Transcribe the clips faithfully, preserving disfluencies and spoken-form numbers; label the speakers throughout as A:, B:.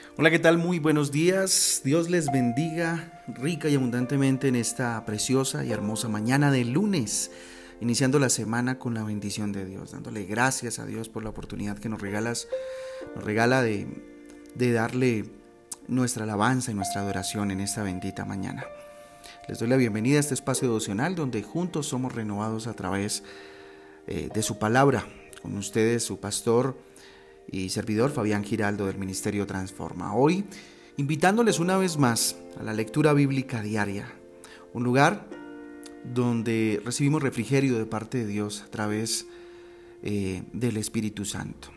A: Hola, ¿qué tal? Muy buenos días. Dios les bendiga rica y abundantemente en esta preciosa y hermosa mañana de lunes, iniciando la semana con la bendición de Dios, dándole gracias a Dios por la oportunidad que nos regalas, nos regala de, de darle nuestra alabanza y nuestra adoración en esta bendita mañana. Les doy la bienvenida a este espacio devocional donde juntos somos renovados a través eh, de su palabra. Con ustedes, su pastor y servidor Fabián Giraldo del Ministerio Transforma. Hoy, invitándoles una vez más a la lectura bíblica diaria, un lugar donde recibimos refrigerio de parte de Dios a través eh, del Espíritu Santo.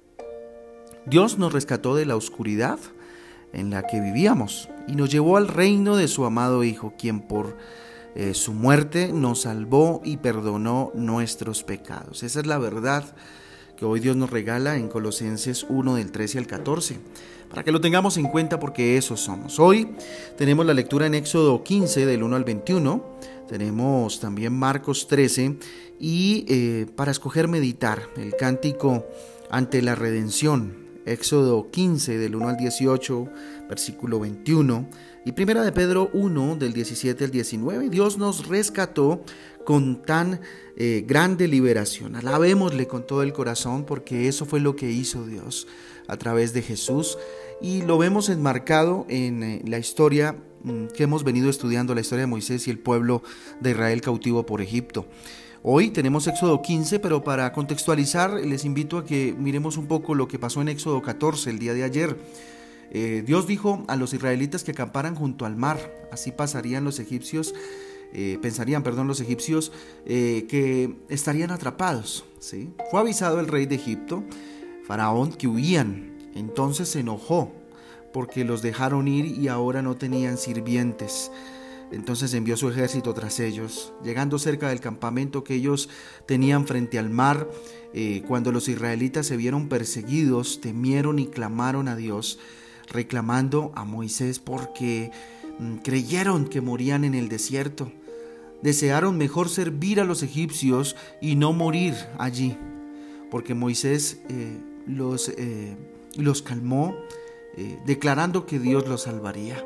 A: Dios nos rescató de la oscuridad en la que vivíamos y nos llevó al reino de su amado Hijo, quien por eh, su muerte nos salvó y perdonó nuestros pecados. Esa es la verdad que hoy Dios nos regala en Colosenses uno del trece al catorce, para que lo tengamos en cuenta porque esos somos. Hoy tenemos la lectura en Éxodo quince del uno al veintiuno, tenemos también Marcos trece y eh, para escoger meditar el cántico ante la redención, Éxodo quince del uno al dieciocho, versículo veintiuno, y Primera de Pedro uno del diecisiete al diecinueve. Dios nos rescató con tan eh, grande liberación. Alabémosle con todo el corazón porque eso fue lo que hizo Dios a través de Jesús y lo vemos enmarcado en eh, la historia mm, que hemos venido estudiando, la historia de Moisés y el pueblo de Israel cautivo por Egipto. Hoy tenemos Éxodo quince, pero para contextualizar les invito a que miremos un poco lo que pasó en Éxodo catorce el día de ayer. Eh, Dios dijo a los israelitas que acamparan junto al mar, así pasarían los egipcios, eh, pensarían, perdón, los egipcios eh, que estarían atrapados, ¿sí? Fue avisado el rey de Egipto, Faraón, que huían, entonces se enojó porque los dejaron ir y ahora no tenían sirvientes. Entonces envió su ejército tras ellos, llegando cerca del campamento que ellos tenían frente al mar. Eh, cuando los israelitas se vieron perseguidos, temieron y clamaron a Dios, reclamando a Moisés porque mm, creyeron que morían en el desierto. Desearon mejor servir a los egipcios y no morir allí, porque Moisés eh, los, eh, los calmó, eh, declarando que Dios los salvaría.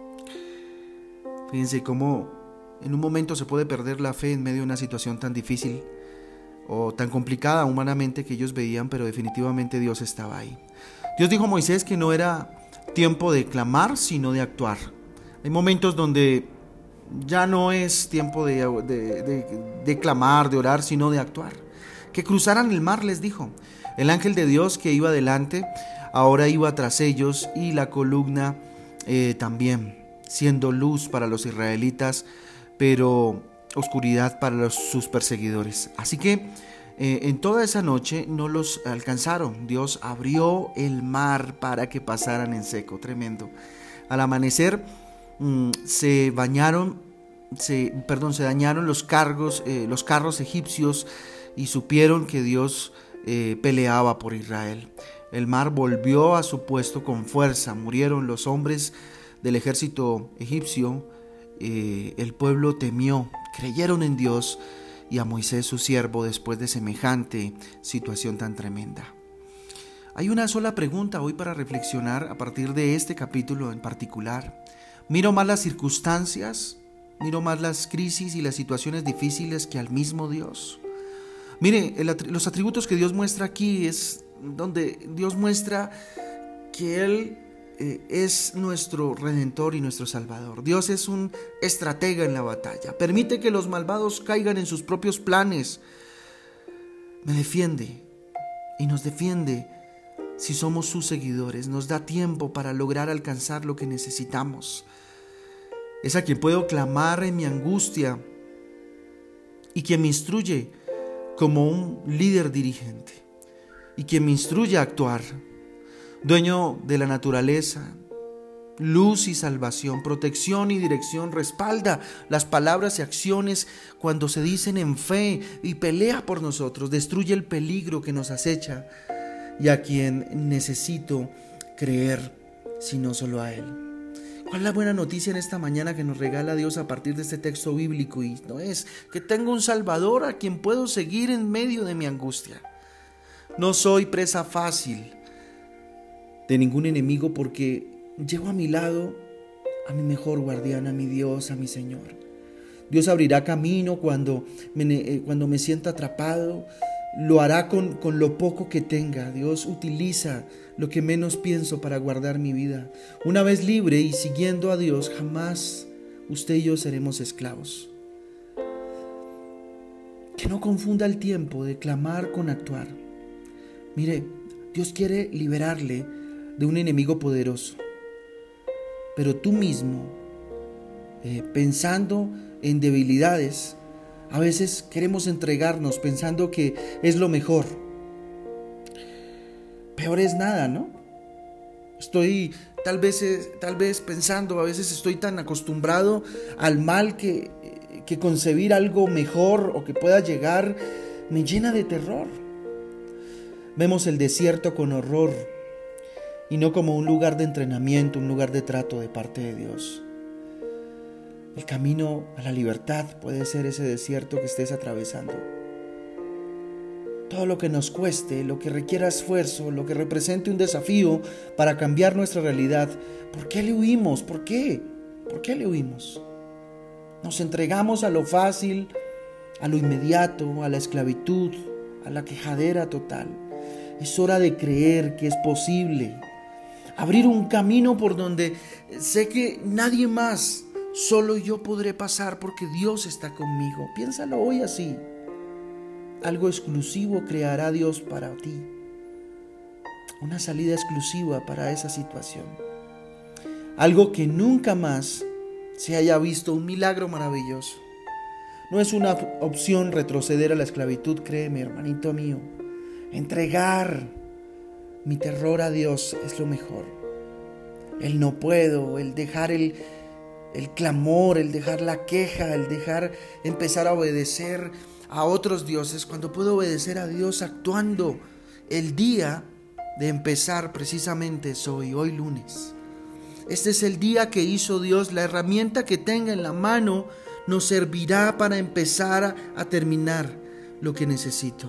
A: Fíjense cómo en un momento se puede perder la fe en medio de una situación tan difícil o tan complicada humanamente que ellos veían, pero definitivamente Dios estaba ahí. Dios dijo a Moisés que no era tiempo de clamar, sino de actuar. Hay momentos donde ya no es tiempo de, de, de, de clamar, de orar, sino de actuar. Que cruzaran el mar, les dijo. El ángel de Dios que iba delante, ahora iba tras ellos y la columna eh, también, siendo luz para los israelitas, pero oscuridad para los, sus perseguidores. Así que eh, en toda esa noche no los alcanzaron. Dios abrió el mar para que pasaran en seco. Tremendo. Al amanecer mmm, se bañaron, se, perdón, se dañaron los cargos, eh, los carros egipcios y supieron que Dios eh, peleaba por Israel. El mar volvió a su puesto con fuerza. Murieron los hombres del ejército egipcio. Eh, el pueblo temió, creyeron en Dios y a Moisés su siervo después de semejante situación tan tremenda. Hay una sola pregunta hoy para reflexionar a partir de este capítulo en particular. ¿Miro más las circunstancias? ¿Miro más las crisis y las situaciones difíciles que al mismo Dios? Mire, el, los atributos que Dios muestra aquí es donde Dios muestra que Él es nuestro Redentor y nuestro Salvador. Dios es un estratega en la batalla. Permite que los malvados caigan en sus propios planes. Me defiende y nos defiende si somos sus seguidores. Nos da tiempo para lograr alcanzar lo que necesitamos. Es a quien puedo clamar en mi angustia y quien me instruye como un líder dirigente y quien me instruye a actuar. Dueño de la naturaleza, luz y salvación, protección y dirección, respalda las palabras y acciones cuando se dicen en fe y pelea por nosotros, destruye el peligro que nos acecha y a quien necesito creer, sino solo a Él. ¿Cuál es la buena noticia en esta mañana que nos regala Dios a partir de este texto bíblico? Y no es que tengo un Salvador a quien puedo seguir en medio de mi angustia. No soy presa fácil de ningún enemigo, porque llevo a mi lado a mi mejor guardián, a mi Dios, a mi Señor. Dios abrirá camino cuando me, cuando me sienta atrapado. Lo hará con, con lo poco que tenga. Dios utiliza lo que menos pienso para guardar mi vida. Una vez libre y siguiendo a Dios, jamás usted y yo seremos esclavos. Que no confunda el tiempo de clamar con actuar. Mire, Dios quiere liberarle de un enemigo poderoso. Pero tú mismo, eh, pensando en debilidades, a veces queremos entregarnos pensando que es lo mejor. Peor es nada, ¿no? Estoy tal vez, tal vez pensando, a veces estoy tan acostumbrado al mal que, que concebir algo mejor o que pueda llegar me llena de terror. Vemos el desierto con horror y no como un lugar de entrenamiento, un lugar de trato de parte de Dios. El camino a la libertad puede ser ese desierto que estés atravesando. Todo lo que nos cueste, lo que requiera esfuerzo, lo que represente un desafío para cambiar nuestra realidad. ¿Por qué le huimos? ¿Por qué? ¿Por qué le huimos? Nos entregamos a lo fácil, a lo inmediato, a la esclavitud, a la quejadera total. Es hora de creer que es posible abrir un camino por donde sé que nadie más, solo yo podré pasar porque Dios está conmigo. Piénsalo hoy así. Algo exclusivo creará Dios para ti. Una salida exclusiva para esa situación. Algo que nunca más se haya visto, un milagro maravilloso. No es una opción retroceder a la esclavitud, créeme, hermanito mío. Entregar mi terror a Dios es lo mejor. El no puedo, el dejar el El clamor, el dejar la queja, el dejar empezar a obedecer a otros dioses, cuando puedo obedecer a Dios actuando. El día de empezar precisamente es hoy, hoy lunes. Este es el día que hizo Dios. La herramienta que tenga en la mano nos servirá para empezar a, a terminar lo que necesito.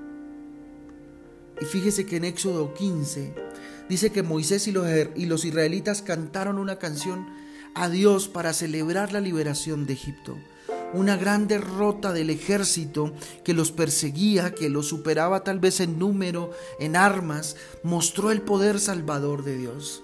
A: Y fíjese que en Éxodo quince dice que Moisés y los, y los israelitas cantaron una canción a Dios para celebrar la liberación de Egipto. Una gran derrota del ejército que los perseguía, que los superaba tal vez en número, en armas, mostró el poder salvador de Dios.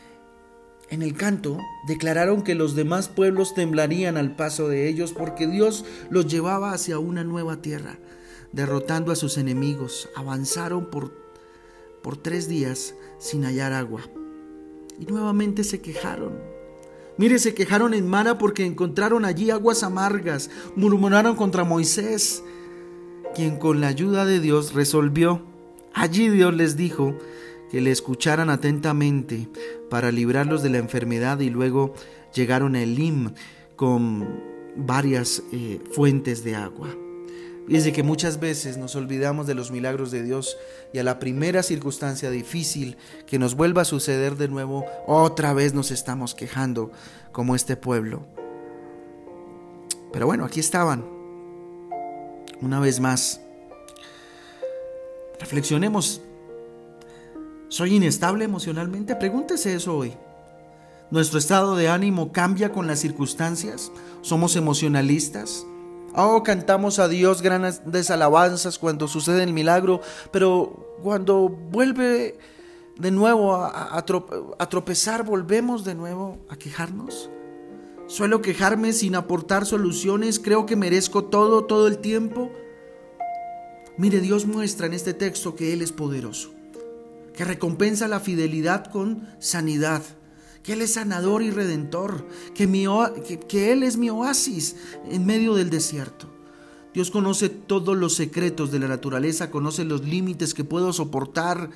A: En el canto declararon que los demás pueblos temblarían al paso de ellos porque Dios los llevaba hacia una nueva tierra, derrotando a sus enemigos. Avanzaron por, por tres días sin hallar agua y nuevamente se quejaron. Mire, se quejaron en Mara porque encontraron allí aguas amargas. Murmuraron contra Moisés, quien con la ayuda de Dios resolvió. Allí Dios les dijo que le escucharan atentamente para librarlos de la enfermedad, y luego llegaron a Elim con varias eh, fuentes de agua. Fíjense que muchas veces nos olvidamos de los milagros de Dios y a la primera circunstancia difícil que nos vuelva a suceder de nuevo, otra vez nos estamos quejando como este pueblo. Pero bueno, aquí estaban. Una vez más, reflexionemos. ¿Soy inestable emocionalmente? Pregúntese eso hoy. ¿Nuestro estado de ánimo cambia con las circunstancias? ¿Somos emocionalistas? Oh, cantamos a Dios grandes alabanzas cuando sucede el milagro, pero cuando vuelve de nuevo a, a, a tropezar, volvemos de nuevo a quejarnos. Suelo quejarme sin aportar soluciones, creo que merezco todo, todo el tiempo. Mire, Dios muestra en este texto que Él es poderoso, que recompensa la fidelidad con sanidad, que Él es sanador y redentor, que, mi, que, que Él es mi oasis en medio del desierto. Dios conoce todos los secretos de la naturaleza, conoce los límites que puedo soportar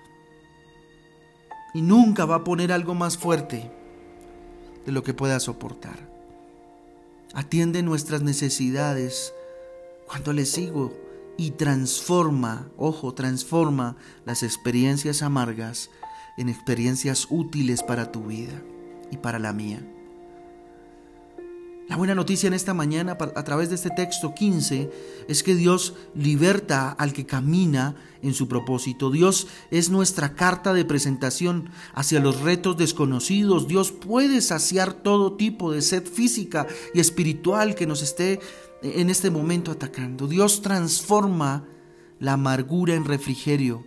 A: y nunca va a poner algo más fuerte de lo que pueda soportar. Atiende nuestras necesidades cuando le sigo y transforma, ojo, transforma las experiencias amargas en experiencias útiles para tu vida y para la mía. La buena noticia en esta mañana a través de este texto quince es que Dios liberta al que camina en su propósito. Dios es nuestra carta de presentación hacia los retos desconocidos. Dios puede saciar todo tipo de sed física y espiritual que nos esté en este momento atacando. Dios transforma la amargura en refrigerio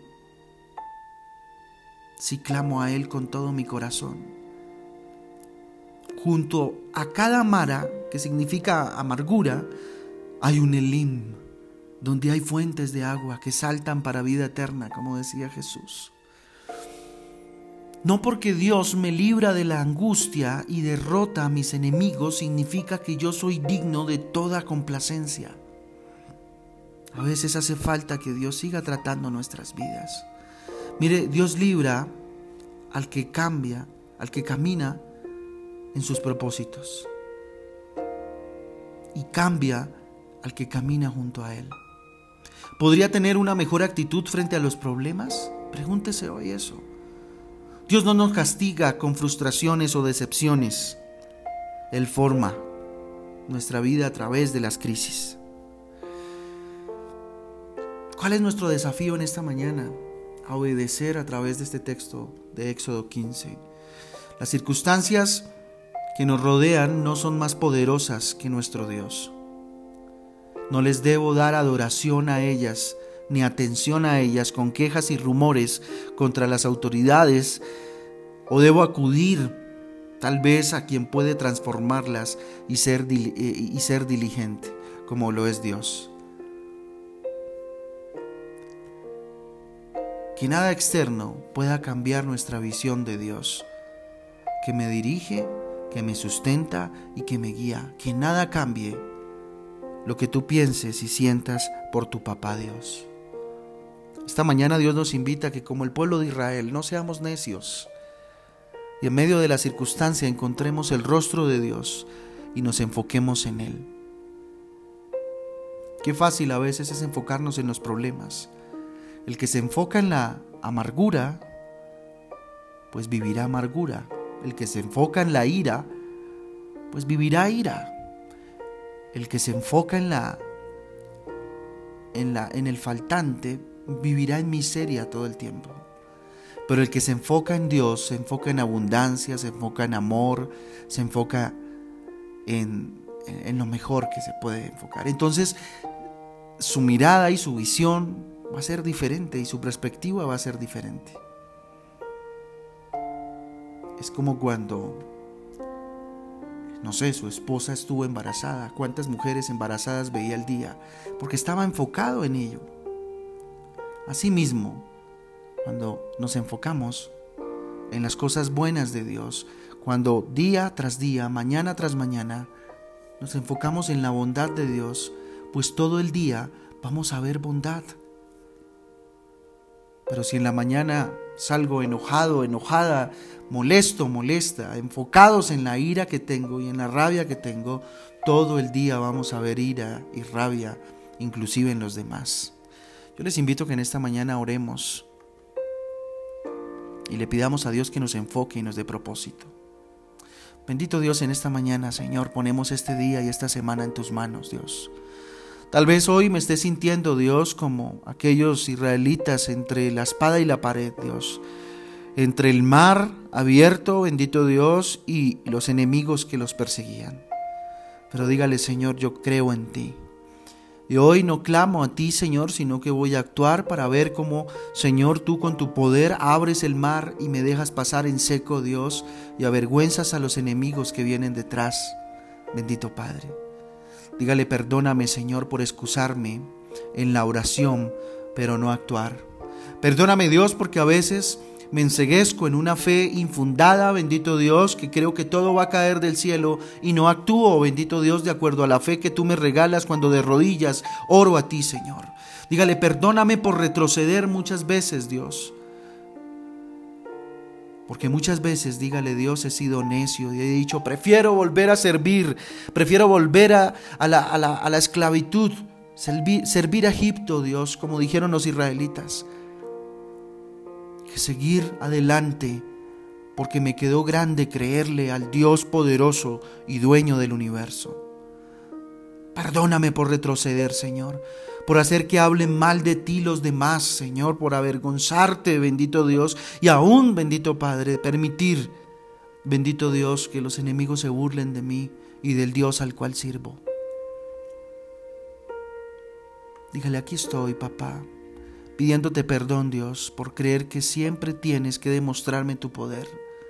A: si clamo a Él con todo mi corazón. Junto a cada mara, que significa amargura, hay un Elim, donde hay fuentes de agua que saltan para vida eterna, como decía Jesús. No porque Dios me libra de la angustia y derrota a mis enemigos significa que yo soy digno de toda complacencia. A veces hace falta que Dios siga tratando nuestras vidas. Mire, Dios libra al que cambia, al que camina en sus propósitos, y cambia al que camina junto a Él. ¿Podría tener una mejor actitud frente a los problemas? Pregúntese hoy eso. Dios no nos castiga con frustraciones o decepciones. Él forma nuestra vida a través de las crisis. ¿Cuál es nuestro desafío en esta mañana? A obedecer a través de este texto de Éxodo quince. Las circunstancias que nos rodean no son más poderosas que nuestro Dios. No les debo dar adoración a ellas, ni atención a ellas con quejas y rumores contra las autoridades, o debo acudir tal vez a quien puede transformarlas y ser, y ser diligente, como lo es Dios. Que nada externo pueda cambiar nuestra visión de Dios, que me dirige, que me sustenta y que me guía. Que nada cambie lo que tú pienses y sientas por tu papá Dios. Esta mañana Dios nos invita a que, como el pueblo de Israel, no seamos necios y en medio de la circunstancia encontremos el rostro de Dios y nos enfoquemos en Él. Qué fácil a veces es enfocarnos en los problemas. El que se enfoca en la amargura, pues vivirá amargura. El que se enfoca en la ira, pues vivirá ira. El que se enfoca en la, en la, en el faltante, vivirá en miseria todo el tiempo. Pero el que se enfoca en Dios, se enfoca en abundancia, se enfoca en amor, se enfoca en, en lo mejor que se puede enfocar. Entonces, su mirada y su visión va a ser diferente y su perspectiva va a ser diferente. Es como cuando, no sé, su esposa estuvo embarazada. ¿Cuántas mujeres embarazadas veía al día? Porque estaba enfocado en ello. Asimismo, cuando nos enfocamos en las cosas buenas de Dios, cuando día tras día, mañana tras mañana, nos enfocamos en la bondad de Dios, pues todo el día vamos a ver bondad. Pero si en la mañana salgo enojado, enojada, molesto, molesta, enfocados en la ira que tengo y en la rabia que tengo, todo el día vamos a ver ira y rabia, inclusive en los demás. Yo les invito a que en esta mañana oremos y le pidamos a Dios que nos enfoque y nos dé propósito. Bendito Dios, en esta mañana, Señor, ponemos este día y esta semana en tus manos, Dios. Tal vez hoy me esté sintiendo, Dios, como aquellos israelitas entre la espada y la pared, Dios. Entre el mar abierto, bendito Dios, y los enemigos que los perseguían. Pero dígale, Señor, yo creo en ti. Y hoy no clamo a ti, Señor, sino que voy a actuar para ver cómo, Señor, tú con tu poder abres el mar y me dejas pasar en seco, Dios, y avergüenzas a los enemigos que vienen detrás. Bendito Padre. Dígale, perdóname, Señor, por excusarme en la oración, pero no actuar. Perdóname, Dios, porque a veces me enceguezco en una fe infundada, bendito Dios, que creo que todo va a caer del cielo y no actúo, bendito Dios, de acuerdo a la fe que tú me regalas cuando de rodillas oro a ti, Señor. Dígale, perdóname por retroceder muchas veces, Dios. Porque muchas veces, dígale, Dios, he sido necio y he dicho, prefiero volver a servir, prefiero volver a, a, la, a, la, a la esclavitud, servir, servir a Egipto, Dios, como dijeron los israelitas, que seguir adelante porque me quedó grande creerle al Dios poderoso y dueño del universo. Perdóname por retroceder, Señor, por hacer que hablen mal de ti los demás, Señor, por avergonzarte, bendito Dios, y aún, bendito Padre, permitir, bendito Dios, que los enemigos se burlen de mí y del Dios al cual sirvo. Dígale, aquí estoy, papá, pidiéndote perdón, Dios, por creer que siempre tienes que demostrarme tu poder,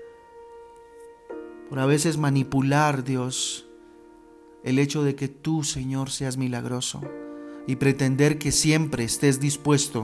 A: por a veces manipular, Dios, el hecho de que tú, Señor, seas milagroso y pretender que siempre estés dispuesto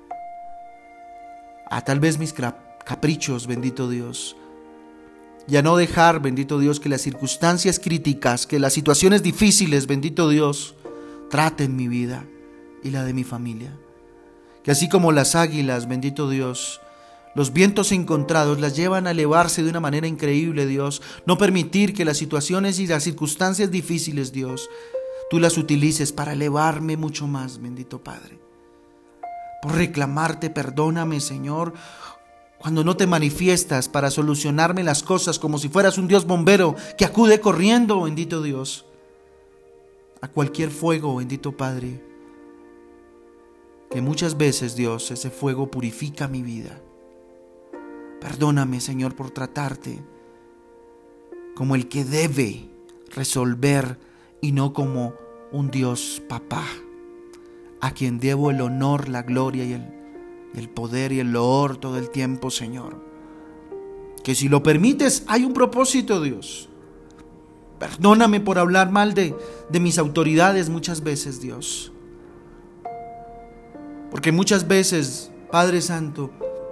A: a tal vez mis caprichos, bendito Dios, y a no dejar, bendito Dios, que las circunstancias críticas, que las situaciones difíciles, bendito Dios, traten mi vida y la de mi familia. Que así como las águilas, bendito Dios, los vientos encontrados las llevan a elevarse de una manera increíble, Dios. No permitir que las situaciones y las circunstancias difíciles, Dios, tú las utilices para elevarme mucho más, bendito Padre. Por reclamarte, perdóname, Señor, cuando no te manifiestas para solucionarme las cosas como si fueras un Dios bombero que acude corriendo, bendito Dios, a cualquier fuego, bendito Padre. Que muchas veces, Dios, ese fuego purifica mi vida. Perdóname, Señor, por tratarte como el que debe resolver y no como un Dios papá, a quien debo el honor, la gloria y el, y el poder y el loor todo el tiempo, Señor. Que si lo permites, hay un propósito, Dios. Perdóname por hablar mal de, de mis autoridades muchas veces, Dios. Porque muchas veces, Padre Santo,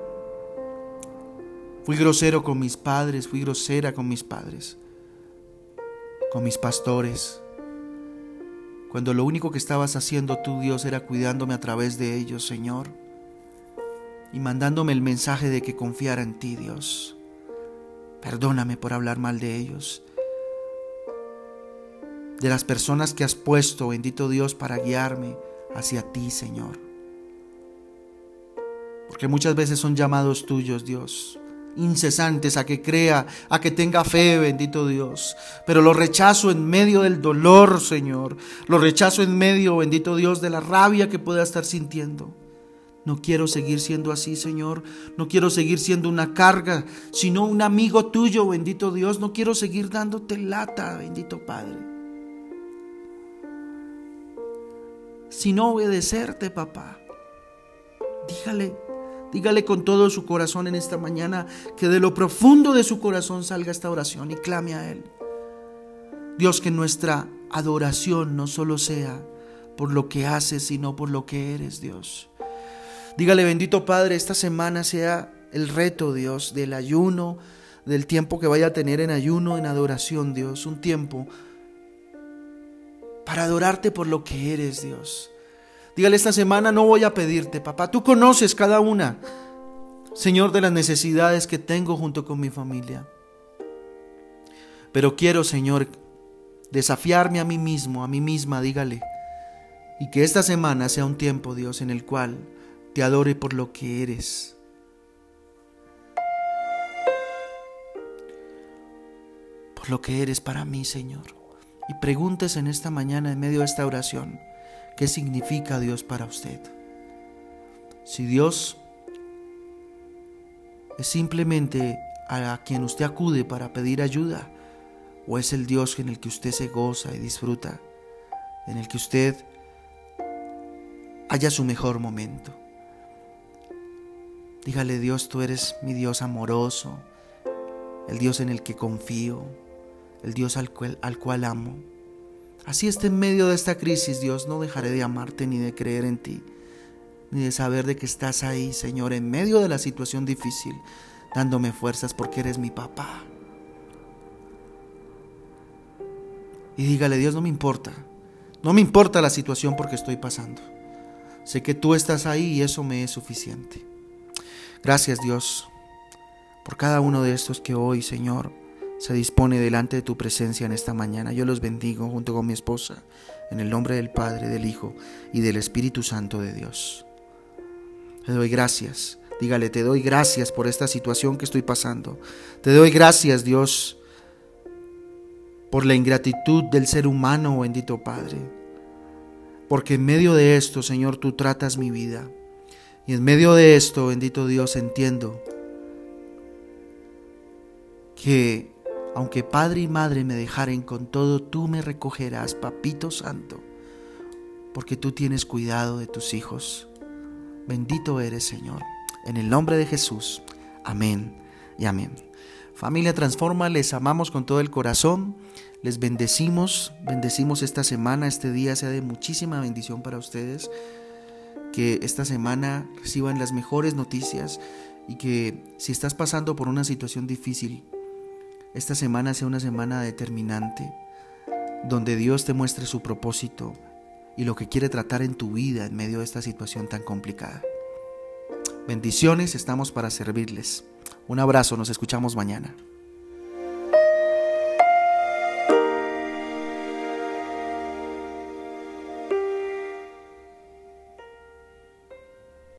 A: fui grosero con mis padres, fui grosera con mis padres, con mis pastores, cuando lo único que estabas haciendo tú, Dios, era cuidándome a través de ellos, Señor, y mandándome el mensaje de que confiara en ti, Dios. Perdóname por hablar mal de ellos, de las personas que has puesto, bendito Dios, para guiarme hacia ti, Señor. Porque muchas veces son llamados tuyos, Dios, incesantes a que crea, a que tenga fe, bendito Dios. Pero lo rechazo en medio del dolor, Señor. Lo rechazo en medio, bendito Dios, de la rabia que pueda estar sintiendo. No quiero seguir siendo así, Señor. No quiero seguir siendo una carga, sino un amigo tuyo, bendito Dios. No quiero seguir dándote lata, bendito Padre, sino obedecerte, papá. Dígale, dígale con todo su corazón en esta mañana que de lo profundo de su corazón salga esta oración y clame a Él. Dios, que nuestra adoración no solo sea por lo que haces, sino por lo que eres, Dios. Dígale, bendito Padre, esta semana sea el reto, Dios, del ayuno, del tiempo que vaya a tener en ayuno, en adoración, Dios. Un tiempo para adorarte por lo que eres, Dios. Dígale, esta semana no voy a pedirte, papá. Tú conoces cada una, Señor, de las necesidades que tengo junto con mi familia. Pero quiero, Señor, desafiarme a mí mismo, a mí misma, dígale. Y que esta semana sea un tiempo, Dios, en el cual te adore por lo que eres. Por lo que eres para mí, Señor. Y pregúntese en esta mañana, en medio de esta oración, ¿qué significa Dios para usted? Si Dios es simplemente a quien usted acude para pedir ayuda, o es el Dios en el que usted se goza y disfruta, en el que usted haya su mejor momento. Dígale, Dios, tú eres mi Dios amoroso, el Dios en el que confío, el Dios al cual, al cual amo. Así esté en medio de esta crisis, Dios, no dejaré de amarte ni de creer en ti, ni de saber de que estás ahí, Señor, en medio de la situación difícil, dándome fuerzas porque eres mi papá. Y dígale, Dios, no me importa, no me importa la situación porque estoy pasando. Sé que tú estás ahí y eso me es suficiente. Gracias, Dios, por cada uno de estos que hoy, Señor, se dispone delante de tu presencia en esta mañana. Yo los bendigo junto con mi esposa, en el nombre del Padre, del Hijo y del Espíritu Santo de Dios. Le doy gracias Dígale: te doy gracias por esta situación que estoy pasando. Te doy gracias, Dios, por la ingratitud del ser humano, bendito Padre. Porque en medio de esto, Señor, tú tratas mi vida. Y en medio de esto, bendito Dios, entiendo que aunque padre y madre me dejaren, con todo tú me recogerás, Papito Santo, porque tú tienes cuidado de tus hijos. Bendito eres, Señor. En el nombre de Jesús. Amén y amén. Familia Transforma, les amamos con todo el corazón. Les bendecimos, bendecimos esta semana, este día sea de muchísima bendición para ustedes. Que esta semana reciban las mejores noticias y que si estás pasando por una situación difícil, esta semana sea una semana determinante, donde Dios te muestre su propósito y lo que quiere tratar en tu vida en medio de esta situación tan complicada. Bendiciones, estamos para servirles. Un abrazo, nos escuchamos mañana.